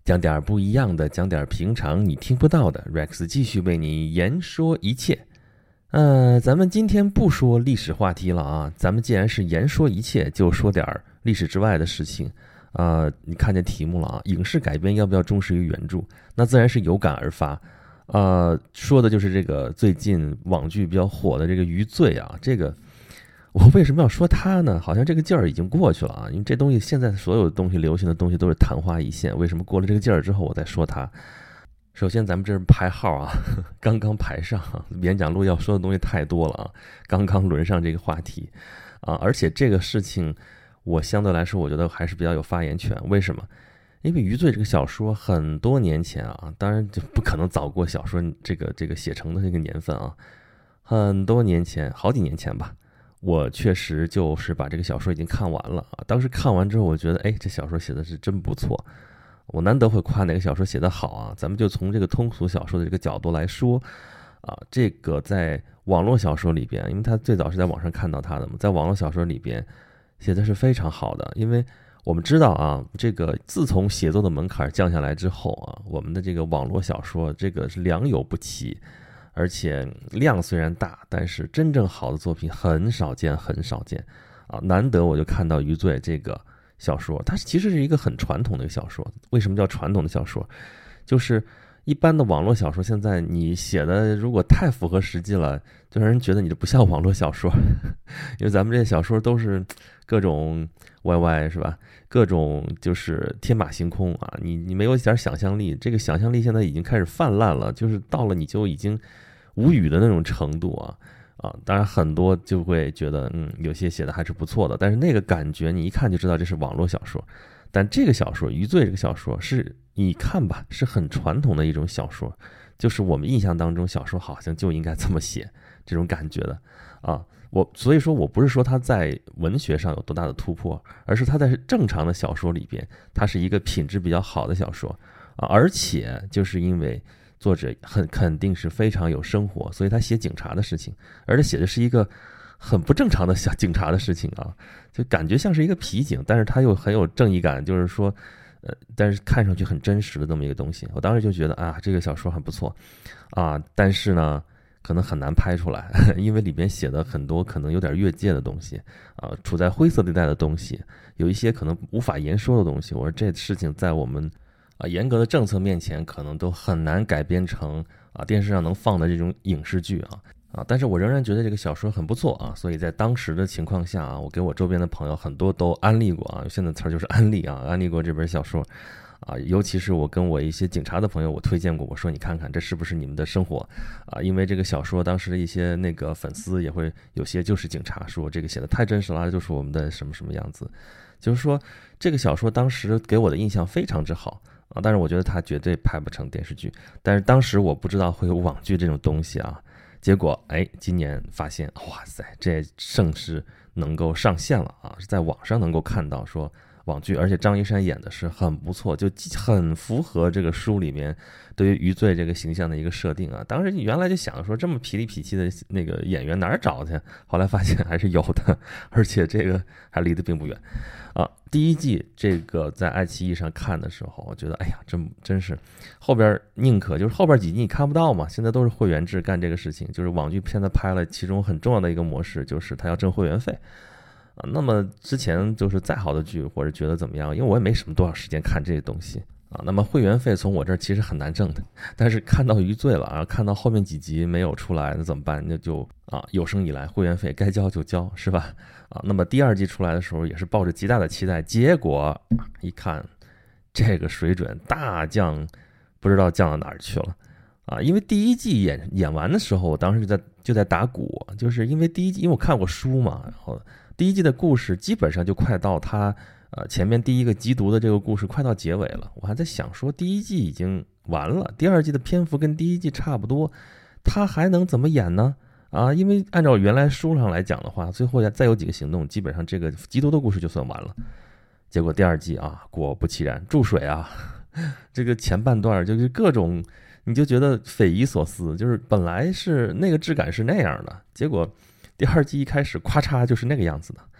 讲点不一样的，讲点平常你听不到的。Rex 继续为你言说一切。咱们今天不说历史话题了啊，咱们既然是言说一切，就说点历史之外的事情。你看见题目了啊？影视改编要不要忠实于原著？那自然是有感而发。说的就是这个最近网剧比较火的这个《余罪》啊，这个。我为什么要说它呢？好像这个劲儿已经过去了啊，因为这东西现在所有的东西流行的东西都是昙花一现。为什么过了这个劲儿之后我再说它？首先咱们这是排号啊，刚刚排上，演讲录要说的东西太多了啊，刚刚轮上这个话题啊，而且这个事情我相对来说我觉得还是比较有发言权。为什么？因为《余罪》这个小说很多年前啊，当然就不可能早过小说这个写成的这个年份啊，很多年前，好几年前吧。我确实就是把这个小说已经看完了啊！当时看完之后，我觉得，这小说写的是真不错。我难得会夸哪个小说写得好啊！咱们就从这个通俗小说的这个角度来说，这个在网络小说里边，因为他最早是在网上看到他的嘛，在网络小说里边写的是非常好的。因为我们知道啊，这个自从写作的门槛降下来之后啊，我们的这个网络小说这个是良莠不齐。而且量虽然大，但是真正好的作品很少见，很少见啊！难得我就看到《余罪》这个小说，它其实是一个很传统的一个小说。为什么叫传统的小说？就是一般的网络小说，现在你写的如果太符合实际了，就让人觉得你这不像网络小说。因为咱们这些小说都是各种歪是吧？各种就是天马行空啊！你没有一点想象力，这个想象力现在已经开始泛滥了，就是到了你就已经无语的那种程度啊！当然很多就会觉得有些写的还是不错的，但是那个感觉你一看就知道这是网络小说。但这个小说《余罪》这个小说是你看吧，是很传统的一种小说，就是我们印象当中小说好像就应该这么写这种感觉的啊。所以说我不是说它在文学上有多大的突破，而是它在正常的小说里边，它是一个品质比较好的小说啊。而且就是因为作者肯定是非常有生活，所以他写警察的事情，而且写的是一个很不正常的小警察的事情啊，就感觉像是一个皮警，但是他又很有正义感，就是说，但是看上去很真实的这么一个东西。我当时就觉得这个小说很不错啊，但是呢，可能很难拍出来，因为里边写的很多可能有点越界的东西啊，处在灰色地带的东西，有一些可能无法言说的东西。我说这事情在我们严格的政策面前，可能都很难改编成电视上能放的这种影视剧但是我仍然觉得这个小说很不错啊，所以在当时的情况下我给我周边的朋友很多都安利过现在词儿就是安利安利过这本小说尤其是我跟我一些警察的朋友，我推荐过，我说你看看这是不是你们的生活因为这个小说当时的一些那个粉丝也会有些就是警察说这个写的太真实了，就是我们的什么什么样子，就是说这个小说当时给我的印象非常之好但是我觉得它绝对拍不成电视剧，但是当时我不知道会有网剧这种东西结果今年发现，哇塞，这正是能够上线了是在网上能够看到说网剧，而且张一山演的是很不错，就很符合这个书里面对于余罪这个形象的一个设定当时原来就想说这么痞里痞气的那个演员哪儿找去，后来发现还是有的，而且这个还离得并不远第一季这个在爱奇艺上看的时候，我觉得真是后边宁可就是后边几集你看不到嘛，现在都是会员制干这个事情，就是网剧现在拍了其中很重要的一个模式，就是他要挣会员费那么之前就是再好的剧或者觉得怎么样，因为我也没什么多少时间看这些东西那么会员费从我这儿其实很难挣的，但是看到余罪了看到后面几集没有出来，那怎么办？那就有生以来会员费该交就交，是吧？那么第二季出来的时候也是抱着极大的期待，结果一看这个水准大降，不知道降到哪儿去了因为第一季演完的时候，我当时就在打鼓，就是因为第一季因为我看过书嘛，然后第一季的故事基本上就快到他前面第一个缉毒的这个故事快到结尾了，我还在想说第一季已经完了，第二季的篇幅跟第一季差不多，他还能怎么演呢？因为按照原来书上来讲的话，最后再有几个行动，基本上这个缉毒的故事就算完了。结果第二季果不其然，注水这个前半段就是各种，你就觉得匪夷所思，就是本来是那个质感是那样的，结果第二季一开始咔嚓就是那个样子的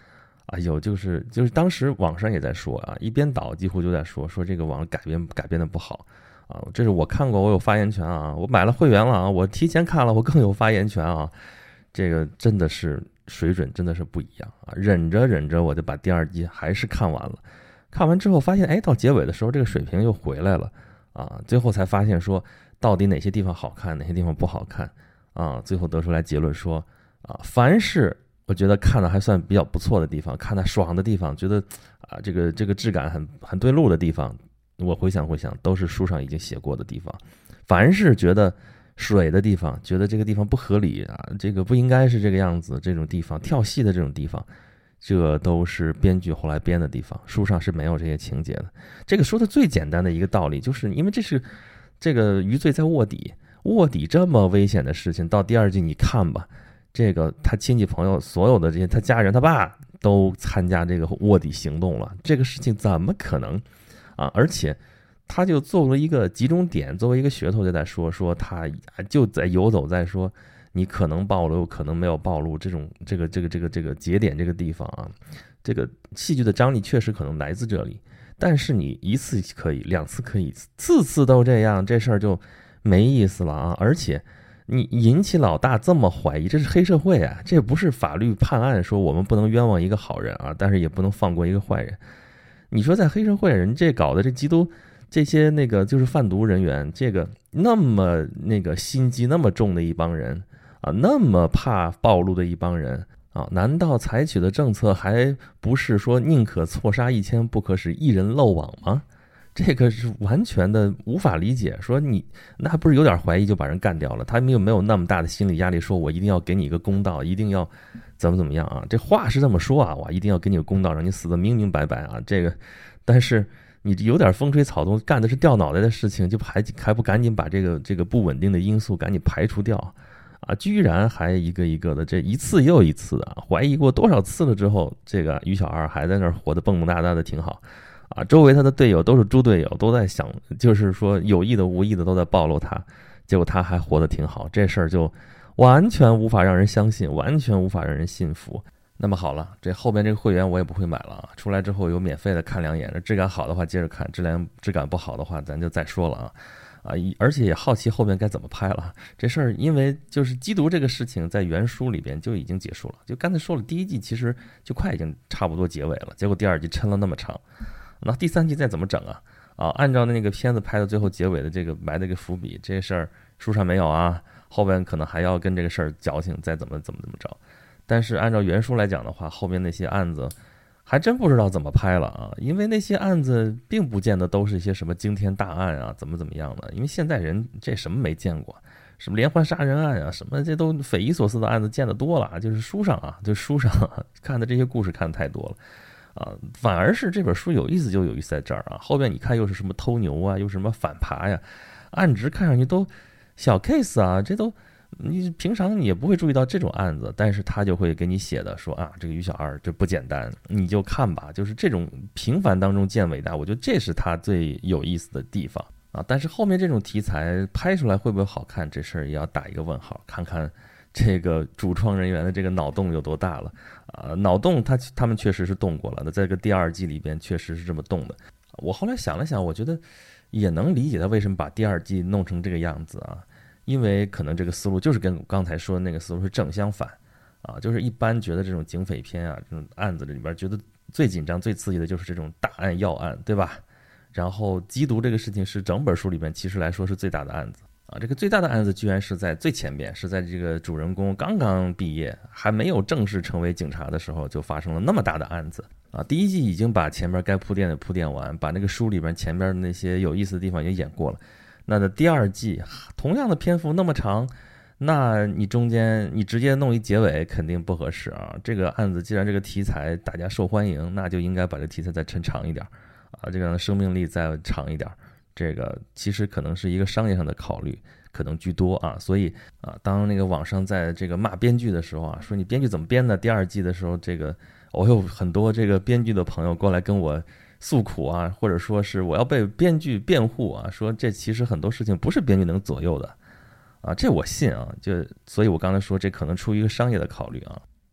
哎呦，就是当时网上也在说啊，一边倒几乎就在说这个网改编的不好啊，这是我看过，我有发言权啊，我买了会员了啊，我提前看了，我更有发言权啊，这个真的是水准真的是不一样啊，忍着我就把第二季还是看完了，看完之后发现，哎，到结尾的时候这个水平又回来了啊，最后才发现说到底哪些地方好看，哪些地方不好看啊，最后得出来结论说啊，凡是我觉得看的还算比较不错的地方，看的爽的地方，觉得啊这个质感很对路的地方，我回想都是书上已经写过的地方。凡是觉得水的地方，觉得这个地方不合理啊，这个不应该是这个样子，这种地方跳戏的这种地方，这都是编剧后来编的地方，书上是没有这些情节的。这个说的最简单的一个道理，就是因为这个余罪在卧底，卧底这么危险的事情，到第二季你看吧。这个他亲戚朋友所有的这些，他家人他爸都参加这个卧底行动了，这个事情怎么可能啊？而且他就作为一个集中点，作为一个噱头就在说他就在游走在说你可能暴露，可能没有暴露这种这个节点这个地方啊，这个戏剧的张力确实可能来自这里，但是你一次可以，两次可以，次次都这样，这事儿就没意思了啊！而且你引起老大这么怀疑，这是黑社会啊，这不是法律判案说我们不能冤枉一个好人啊，但是也不能放过一个坏人。你说在黑社会人这搞的这缉毒这些那个就是贩毒人员，这个那么那个心机那么重的一帮人啊，那么怕暴露的一帮人啊，难道采取的政策还不是说宁可错杀1000，不可使一人漏网吗？这个是完全的无法理解，说你那还不是有点怀疑就把人干掉了？他们有没有那么大的心理压力，说我一定要给你一个公道，一定要怎么样啊？这话是这么说啊，我一定要给你个公道，让你死得明明白白啊！这个，但是你有点风吹草动，干的是掉脑袋的事情，就还不赶紧把这个不稳定的因素赶紧排除掉啊？居然还一个一个的，这一次又一次啊，怀疑过多少次了之后，这个于小二还在那儿活得蹦蹦哒哒的挺好。啊，周围他的队友都是猪队友，都在想，就是说有意的无意的都在暴露他，结果他还活得挺好，这事儿就完全无法让人相信，完全无法让人信服。那么好了，这后边这个会员我也不会买了啊，出来之后有免费的看2眼，质感好的话接着看，质感不好的话咱就再说了啊。而且也好奇后面该怎么拍了这事儿，因为就是缉毒这个事情在原书里边就已经结束了，就刚才说了，第1季其实就快已经差不多结尾了，结果第2季抻了那么长。那第3季再怎么整啊？按照那个片子拍到最后结尾的这个埋的一个伏笔，这事儿书上没有啊，后边可能还要跟这个事儿矫情，再怎么着。但是按照原书来讲的话，后边那些案子还真不知道怎么拍了啊，因为那些案子并不见得都是一些什么惊天大案啊，怎么样的，因为现在人这什么没见过，什么连环杀人案啊，什么这都匪夷所思的案子见得多了，就是书上看的这些故事看太多了。反而是这本书有意思就有意思在这儿啊，后边你看又是什么偷牛啊，又是什么反扒呀，案值看上去都小 case 啊，这都你平常你也不会注意到这种案子，但是他就会给你写的说啊，这个于小二这不简单，你就看吧，就是这种平凡当中见伟大，我觉得这是他最有意思的地方啊。但是后面这种题材拍出来会不会好看，这事儿也要打一个问号，看看这个主创人员的这个脑洞有多大了啊？脑洞他们确实是动过了，那在这个第2季里边确实是这么动的。我后来想了想，我觉得也能理解他为什么把第2季弄成这个样子啊，因为可能这个思路就是跟我刚才说的那个思路是正相反啊，就是一般觉得这种警匪片啊，这种案子里边觉得最紧张最刺激的就是这种大案要案，对吧？然后缉毒这个事情是整本书里边其实来说是最大的案子。这个最大的案子居然是在最前边，是在这个主人公刚刚毕业，还没有正式成为警察的时候，就发生了那么大的案子啊！第1季已经把前边该铺垫的铺垫完，把那个书里边前边的那些有意思的地方也演过了。那的第2季同样的篇幅那么长，那你中间你直接弄一结尾肯定不合适啊！这个案子既然这个题材大家受欢迎，那就应该把这个题材再抻长一点啊，这个生命力再长一点。这个其实可能是一个商业上的考虑，可能居多啊，所以当那个网上在这个骂编剧的时候啊，说你编剧怎么编的？第2季的时候，这个我有很多这个编剧的朋友过来跟我诉苦啊，或者说是我要被编剧辩护啊，说这其实很多事情不是编剧能左右的啊，这我信啊，所以我刚才说这可能出于一个商业的考虑啊。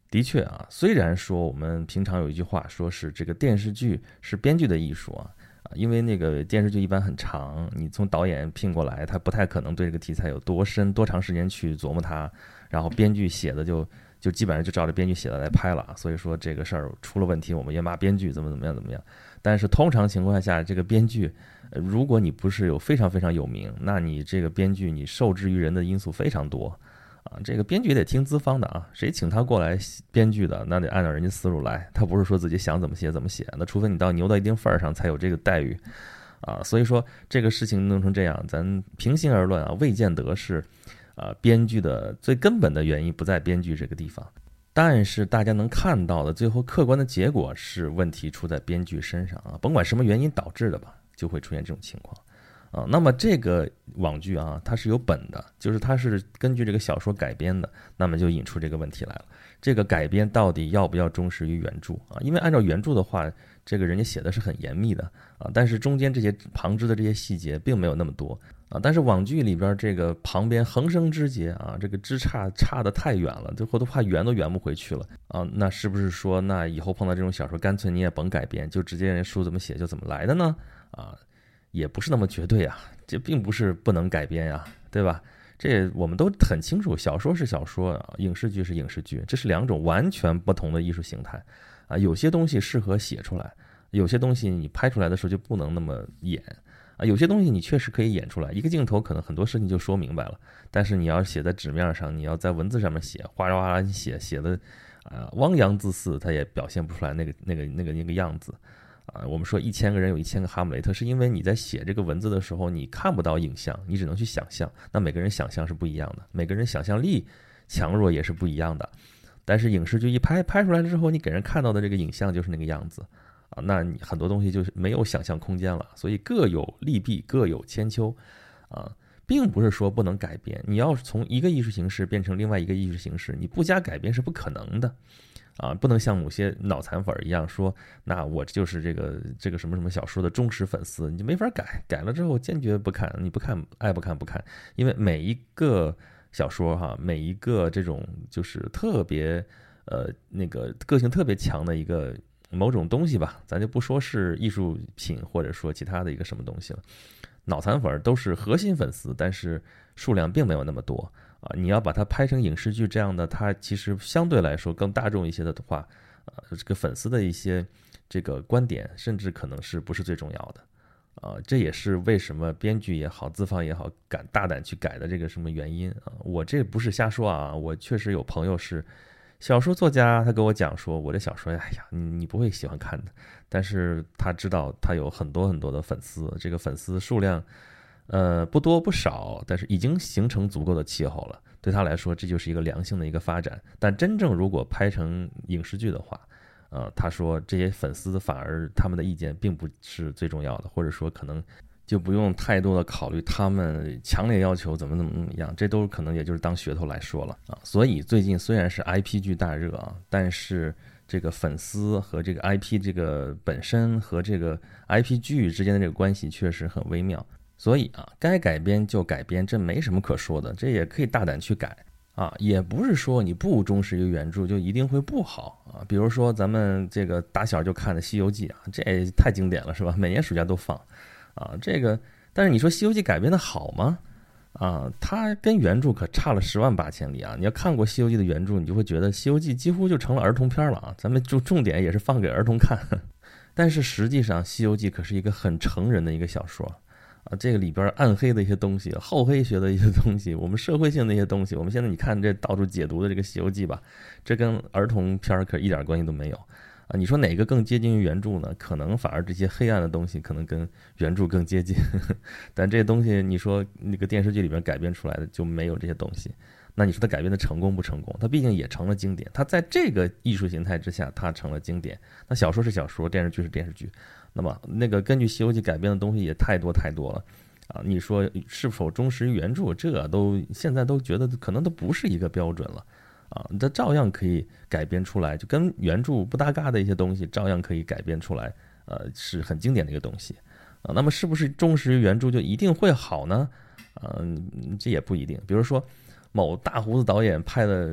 的确啊，虽然说我们平常有一句话说是这个电视剧是编剧的艺术啊，因为那个电视剧一般很长，你从导演聘过来，他不太可能对这个题材有多深多长时间去琢磨它，然后编剧写的就基本上就照着编剧写的来拍了，所以说这个事儿出了问题，我们也骂编剧怎么样。但是通常情况下，这个编剧，如果你不是有非常非常有名，那你这个编剧你受制于人的因素非常多。这个编剧也得听资方的啊，谁请他过来编剧的，那得按照人家思路来，他不是说自己想怎么写怎么写，那除非你牛到一定份儿上才有这个待遇啊。所以说这个事情弄成这样，咱平心而论啊，未见得是编剧的最根本的原因不在编剧这个地方，但是大家能看到的最后客观的结果是问题出在编剧身上啊，甭管什么原因导致的吧，就会出现这种情况。那么这个网剧啊，它是有本的，就是它是根据这个小说改编的，那么就引出这个问题来了。这个改编到底要不要忠实于原著啊？因为按照原著的话，这个人家写的是很严密的啊，但是中间这些旁支的这些细节并没有那么多啊。但是网剧里边这个旁边横生枝节啊，这个枝差得太远了，最后都怕圆都圆不回去了啊。那是不是说，那以后碰到这种小说，干脆你也甭改编，就直接人书怎么写就怎么来的呢？啊？也不是那么绝对啊，这并不是不能改编呀，对吧？这我们都很清楚，小说是小说啊，影视剧是影视剧，这是两种完全不同的艺术形态啊。有些东西适合写出来，有些东西你拍出来的时候就不能那么演啊。有些东西你确实可以演出来，一个镜头可能很多事情就说明白了，但是你要写在纸面上，你要在文字上面写，哗啦哗啦写的汪洋恣肆，它也表现不出来那个样子。我们说1000个人有1000个哈姆雷特，是因为你在写这个文字的时候，你看不到影像，你只能去想象。那每个人想象是不一样的，每个人想象力强弱也是不一样的。但是影视剧一拍出来之后，你给人看到的这个影像就是那个样子啊，那你很多东西就是没有想象空间了。所以各有利弊，各有千秋啊，并不是说不能改编。你要从一个艺术形式变成另外一个艺术形式，你不加改编是不可能的。不能像某些脑残粉一样说，那我就是这个什么什么小说的忠实粉丝，你就没法改了之后坚决不看，你不看爱不看不看，因为每一个小说哈，每一个这种就是特别那个个性特别强的一个某种东西吧，咱就不说是艺术品或者说其他的一个什么东西了，脑残粉都是核心粉丝，但是数量并没有那么多。你要把它拍成影视剧这样的，它其实相对来说更大众一些的话，这个粉丝的一些这个观点，甚至可能是不是最重要的这也是为什么编剧也好，资方也好，敢大胆去改的这个什么原因啊？我这不是瞎说啊，我确实有朋友是小说作家，他跟我讲说，我这小说，哎呀，你不会喜欢看的，但是他知道他有很多很多的粉丝，这个粉丝数量。不多不少，但是已经形成足够的气候了。对他来说，这就是一个良性的一个发展。但真正如果拍成影视剧的话，他说这些粉丝反而他们的意见并不是最重要的，或者说可能就不用太多的考虑他们强烈要求怎么样，这都可能也就是当噱头来说了啊。所以最近虽然是 IP 剧大热啊，但是这个粉丝和这个 IP 这个本身和这个 IP 剧之间的这个关系确实很微妙。所以该改编就改编，这没什么可说的，这也可以大胆去改也不是说你不忠实于原著就一定会不好比如说咱们这个打小就看的《西游记》这太经典了是吧？每年暑假都放这个，但是你说《西游记》改编的好吗？它跟原著可差了10万8千里你要看过《西游记》的原著，你就会觉得《西游记》几乎就成了儿童片了咱们重点也是放给儿童看，但是实际上《西游记》可是一个很成人的一个小说。这个里边暗黑的一些东西，厚黑学的一些东西，我们社会性的一些东西，我们现在你看这到处解读的这个《西游记》吧，这跟儿童片可一点关系都没有你说哪个更接近于原著呢？可能反而这些黑暗的东西可能跟原著更接近，但这些东西你说那个电视剧里边改编出来的就没有这些东西，那你说它改编的成功不成功？它毕竟也成了经典，它在这个艺术形态之下，它成了经典。那小说是小说，电视剧是电视剧。那么那个根据《西游记》改编的东西也太多了你说是否忠实于原著，这都现在都觉得可能都不是一个标准了这照样可以改编出来，就跟原著不搭嘎的一些东西照样可以改编出来是很经典的一个东西那么是不是忠实于原著就一定会好呢这也不一定。比如说某大胡子导演拍的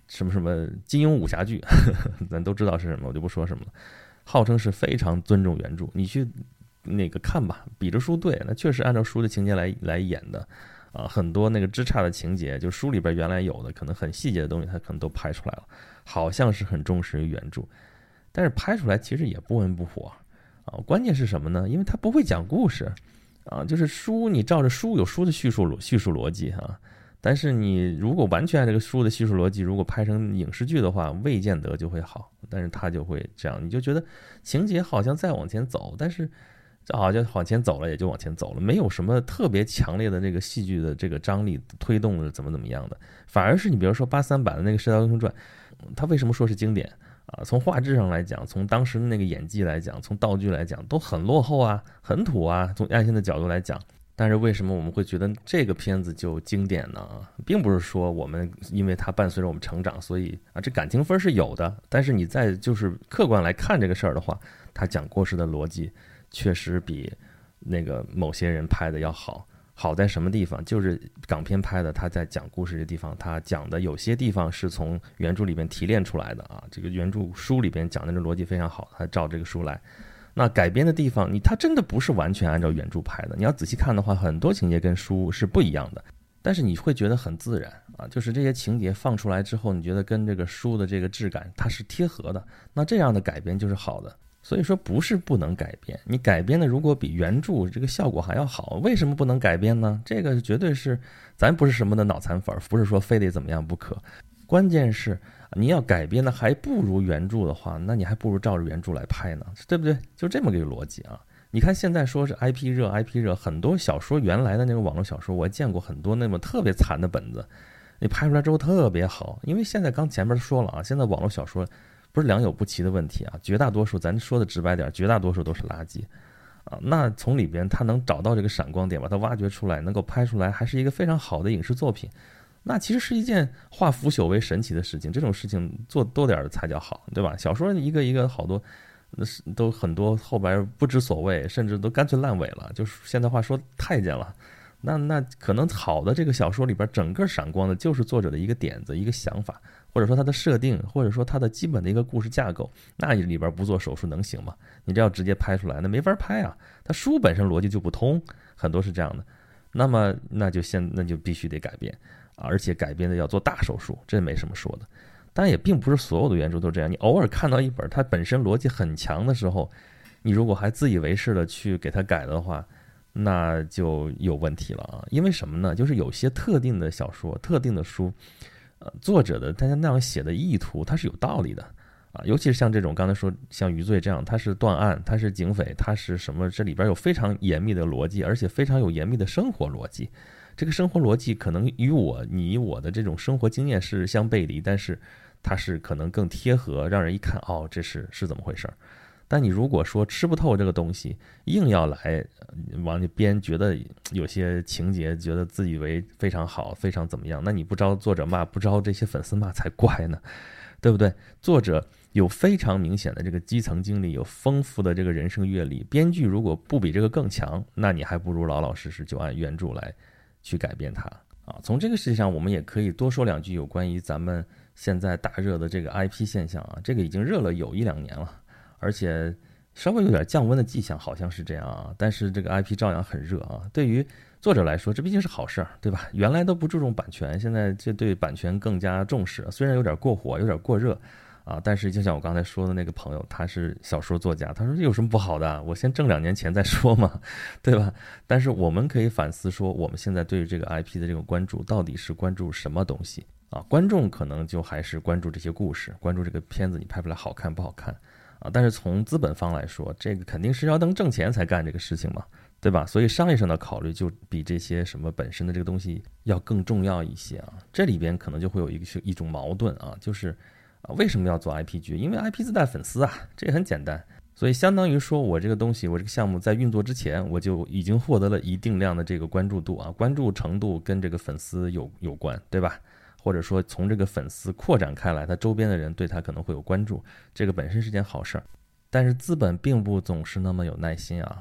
什么什么金庸武侠剧，咱都知道是什么，我就不说什么了。号称是非常尊重原著，你去那个看吧，比着书对，那确实按照书的情节来演的啊，很多那个枝杈的情节，就书里边原来有的，可能很细节的东西，它可能都拍出来了，好像是很忠实于原著，但是拍出来其实也不温不火啊。关键是什么呢？因为它不会讲故事啊，就是书你照着书有书的叙述逻辑啊。但是你如果完全按这个书的叙述逻辑，如果拍成影视剧的话，未见得就会好。但是它就会这样，你就觉得情节好像再往前走，但是好像往前走了也就往前走了，没有什么特别强烈的这个戏剧的这个张力推动了怎么样的。反而是你比如说83版的那个《射雕英雄传》，它为什么说是经典啊？从画质上来讲，从当时的那个演技来讲，从道具来讲，都很落后啊，很土啊。从爱情的角度来讲。但是为什么我们会觉得这个片子就经典呢？并不是说我们因为它伴随着我们成长，所以这感情分是有的。但是你在就是客观来看这个事儿的话，它讲故事的逻辑确实比那个某些人拍的要好。好在什么地方？就是港片拍的，他在讲故事的地方，他讲的有些地方是从原著里边提炼出来的啊。这个原著书里边讲的这逻辑非常好，他照这个书来。那改编的地方，它真的不是完全按照原著拍的。你要仔细看的话，很多情节跟书是不一样的，但是你会觉得很自然啊，就是这些情节放出来之后，你觉得跟这个书的这个质感它是贴合的，那这样的改编就是好的。所以说不是不能改编，你改编的如果比原著这个效果还要好，为什么不能改编呢？这个绝对是咱不是什么的脑残粉，不是说非得怎么样不可，关键是你要改编的还不如原著的话，那你还不如照着原著来拍呢，对不对？就这么个逻辑啊。你看现在说是 IP 热，很多小说原来的那个网络小说，我见过很多那么特别惨的本子，你拍出来之后特别好。因为现在刚前面说了啊，现在网络小说不是良莠不齐的问题啊，绝大多数咱说的直白点，绝大多数都是垃圾啊。那从里边他能找到这个闪光点，把它挖掘出来，能够拍出来，还是一个非常好的影视作品。那其实是一件化腐朽为神奇的事情，这种事情做多点才叫好，对吧？小说一个一个好多，都很多后边不知所谓，甚至都干脆烂尾了，就是现在话说太监了。那可能好的这个小说里边，整个闪光的就是作者的一个点子、一个想法，或者说他的设定，或者说他的基本的一个故事架构。那里边不做手术能行吗？你这要直接拍出来，那没法拍啊。他书本身逻辑就不通，很多是这样的。那么那就必须得改变。而且改编的要做大手术，这没什么说的。当然也并不是所有的原著都这样，你偶尔看到一本它本身逻辑很强的时候，你如果还自以为是的去给它改的话，那就有问题了啊。因为什么呢？就是有些特定的小说、特定的书，作者的大家那样写的意图，它是有道理的啊。尤其是像这种刚才说像余罪这样，它是断案，它是警匪，它是什么？这里边有非常严密的逻辑，而且非常有严密的生活逻辑。这个生活逻辑可能与我的这种生活经验是相背离，但是它是可能更贴合，让人一看哦，这是怎么回事。但你如果说吃不透这个东西，硬要来往里编，觉得有些情节觉得自以为非常好，非常怎么样，那你不招作者骂，不招这些粉丝骂才怪呢，对不对？作者有非常明显的这个基层经历，有丰富的这个人生阅历，编剧如果不比这个更强，那你还不如老老实实就按原著来去改变它啊。从这个事情上，我们也可以多说两句有关于咱们现在大热的这个 IP 现象啊。这个已经热了有1-2年了，而且稍微有点降温的迹象，好像是这样啊。但是这个 IP 照样很热啊。对于作者来说，这毕竟是好事儿，对吧？原来都不注重版权，现在这对版权更加重视，虽然有点过火，有点过热啊，但是就像我刚才说的那个朋友，他是小说作家，他说这有什么不好的？我先挣2年钱再说嘛，对吧？但是我们可以反思说，我们现在对于这个 IP 的这种关注，到底是关注什么东西啊？观众可能就还是关注这些故事，关注这个片子你拍出来好看不好看啊？但是从资本方来说，这个肯定是要能挣钱才干这个事情嘛，对吧？所以商业上的考虑就比这些什么本身的这个东西要更重要一些啊。这里边可能就会有一种矛盾啊，就是为什么要做 IP 剧？因为 IP 自带粉丝啊，这也很简单。所以相当于说我这个东西，我这个项目在运作之前，我就已经获得了一定量的这个关注度啊，关注程度跟这个粉丝有关，对吧？或者说从这个粉丝扩展开来，他周边的人对他可能会有关注，这个本身是件好事儿。但是资本并不总是那么有耐心啊，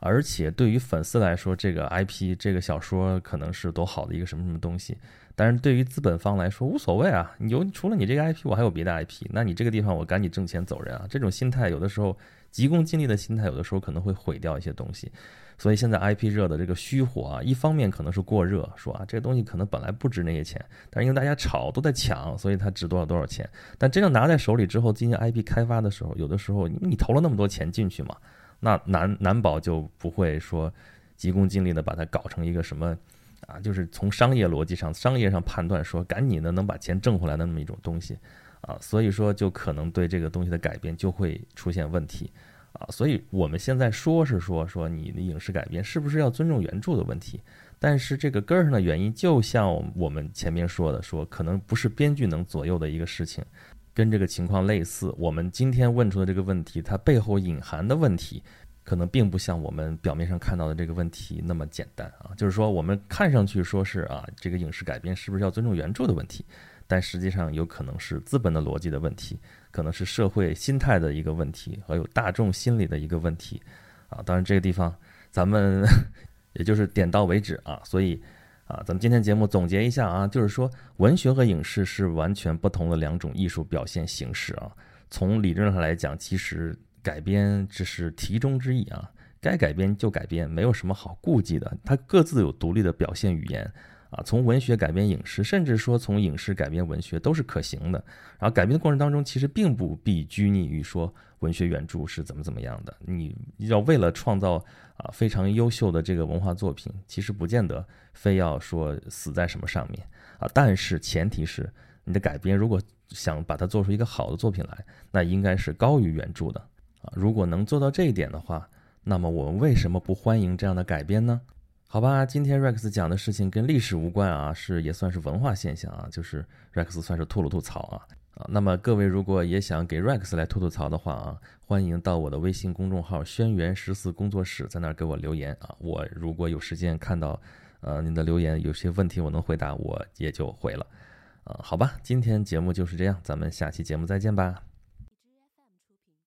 而且对于粉丝来说，这个 IP 这个小说可能是多好的一个什么什么东西，但是对于资本方来说无所谓啊，除了你这个 IP， 我还有别的 IP， 那你这个地方我赶紧挣钱走人啊，这种心态有的时候急功近利的心态，有的时候可能会毁掉一些东西。所以现在 IP 热的这个虚火啊，一方面可能是过热，说啊这个东西可能本来不值那些钱，但是因为大家炒都在抢，所以它值多少多少钱。但真正拿在手里之后，进行 IP 开发的时候，有的时候你投了那么多钱进去嘛，那难保就不会说急功近利的把它搞成一个什么啊，就是从商业逻辑上、商业上判断说赶紧的能把钱挣回来的那么一种东西啊，所以说就可能对这个东西的改编就会出现问题。啊，所以我们现在说你的影视改编是不是要尊重原著的问题，但是这个根儿上的原因，就像我们前面说的，说可能不是编剧能左右的一个事情，跟这个情况类似。我们今天问出的这个问题，它背后隐含的问题，可能并不像我们表面上看到的这个问题那么简单啊。就是说，我们看上去说是啊，这个影视改编是不是要尊重原著的问题，但实际上有可能是资本的逻辑的问题。可能是社会心态的一个问题，还有大众心理的一个问题，啊，当然这个地方咱们也就是点到为止啊，所以啊，咱们今天节目总结一下啊，就是说文学和影视是完全不同的两种艺术表现形式啊。从理论上来讲，其实改编只是题中之意啊，该改编就改编，没有什么好顾忌的，它各自有独立的表现语言。啊，从文学改编影视，甚至说从影视改编文学都是可行的。然后改编的过程当中，其实并不必拘泥于说文学原著是怎么样的。你要为了创造啊非常优秀的这个文化作品，其实不见得非要说死在什么上面啊。但是前提是你的改编如果想把它做出一个好的作品来，那应该是高于原著的啊。如果能做到这一点的话，那么我们为什么不欢迎这样的改编呢？好吧，今天 Rex 讲的事情跟历史无关啊，也算是文化现象啊，就是 Rex 算是吐了吐槽啊。那么各位如果也想给 Rex 来吐吐槽的话啊，欢迎到我的微信公众号轩辕14工作室，在那儿给我留言啊。我如果有时间看到您的留言，有些问题我能回答，我也就回了。好吧，今天节目就是这样，咱们下期节目再见吧。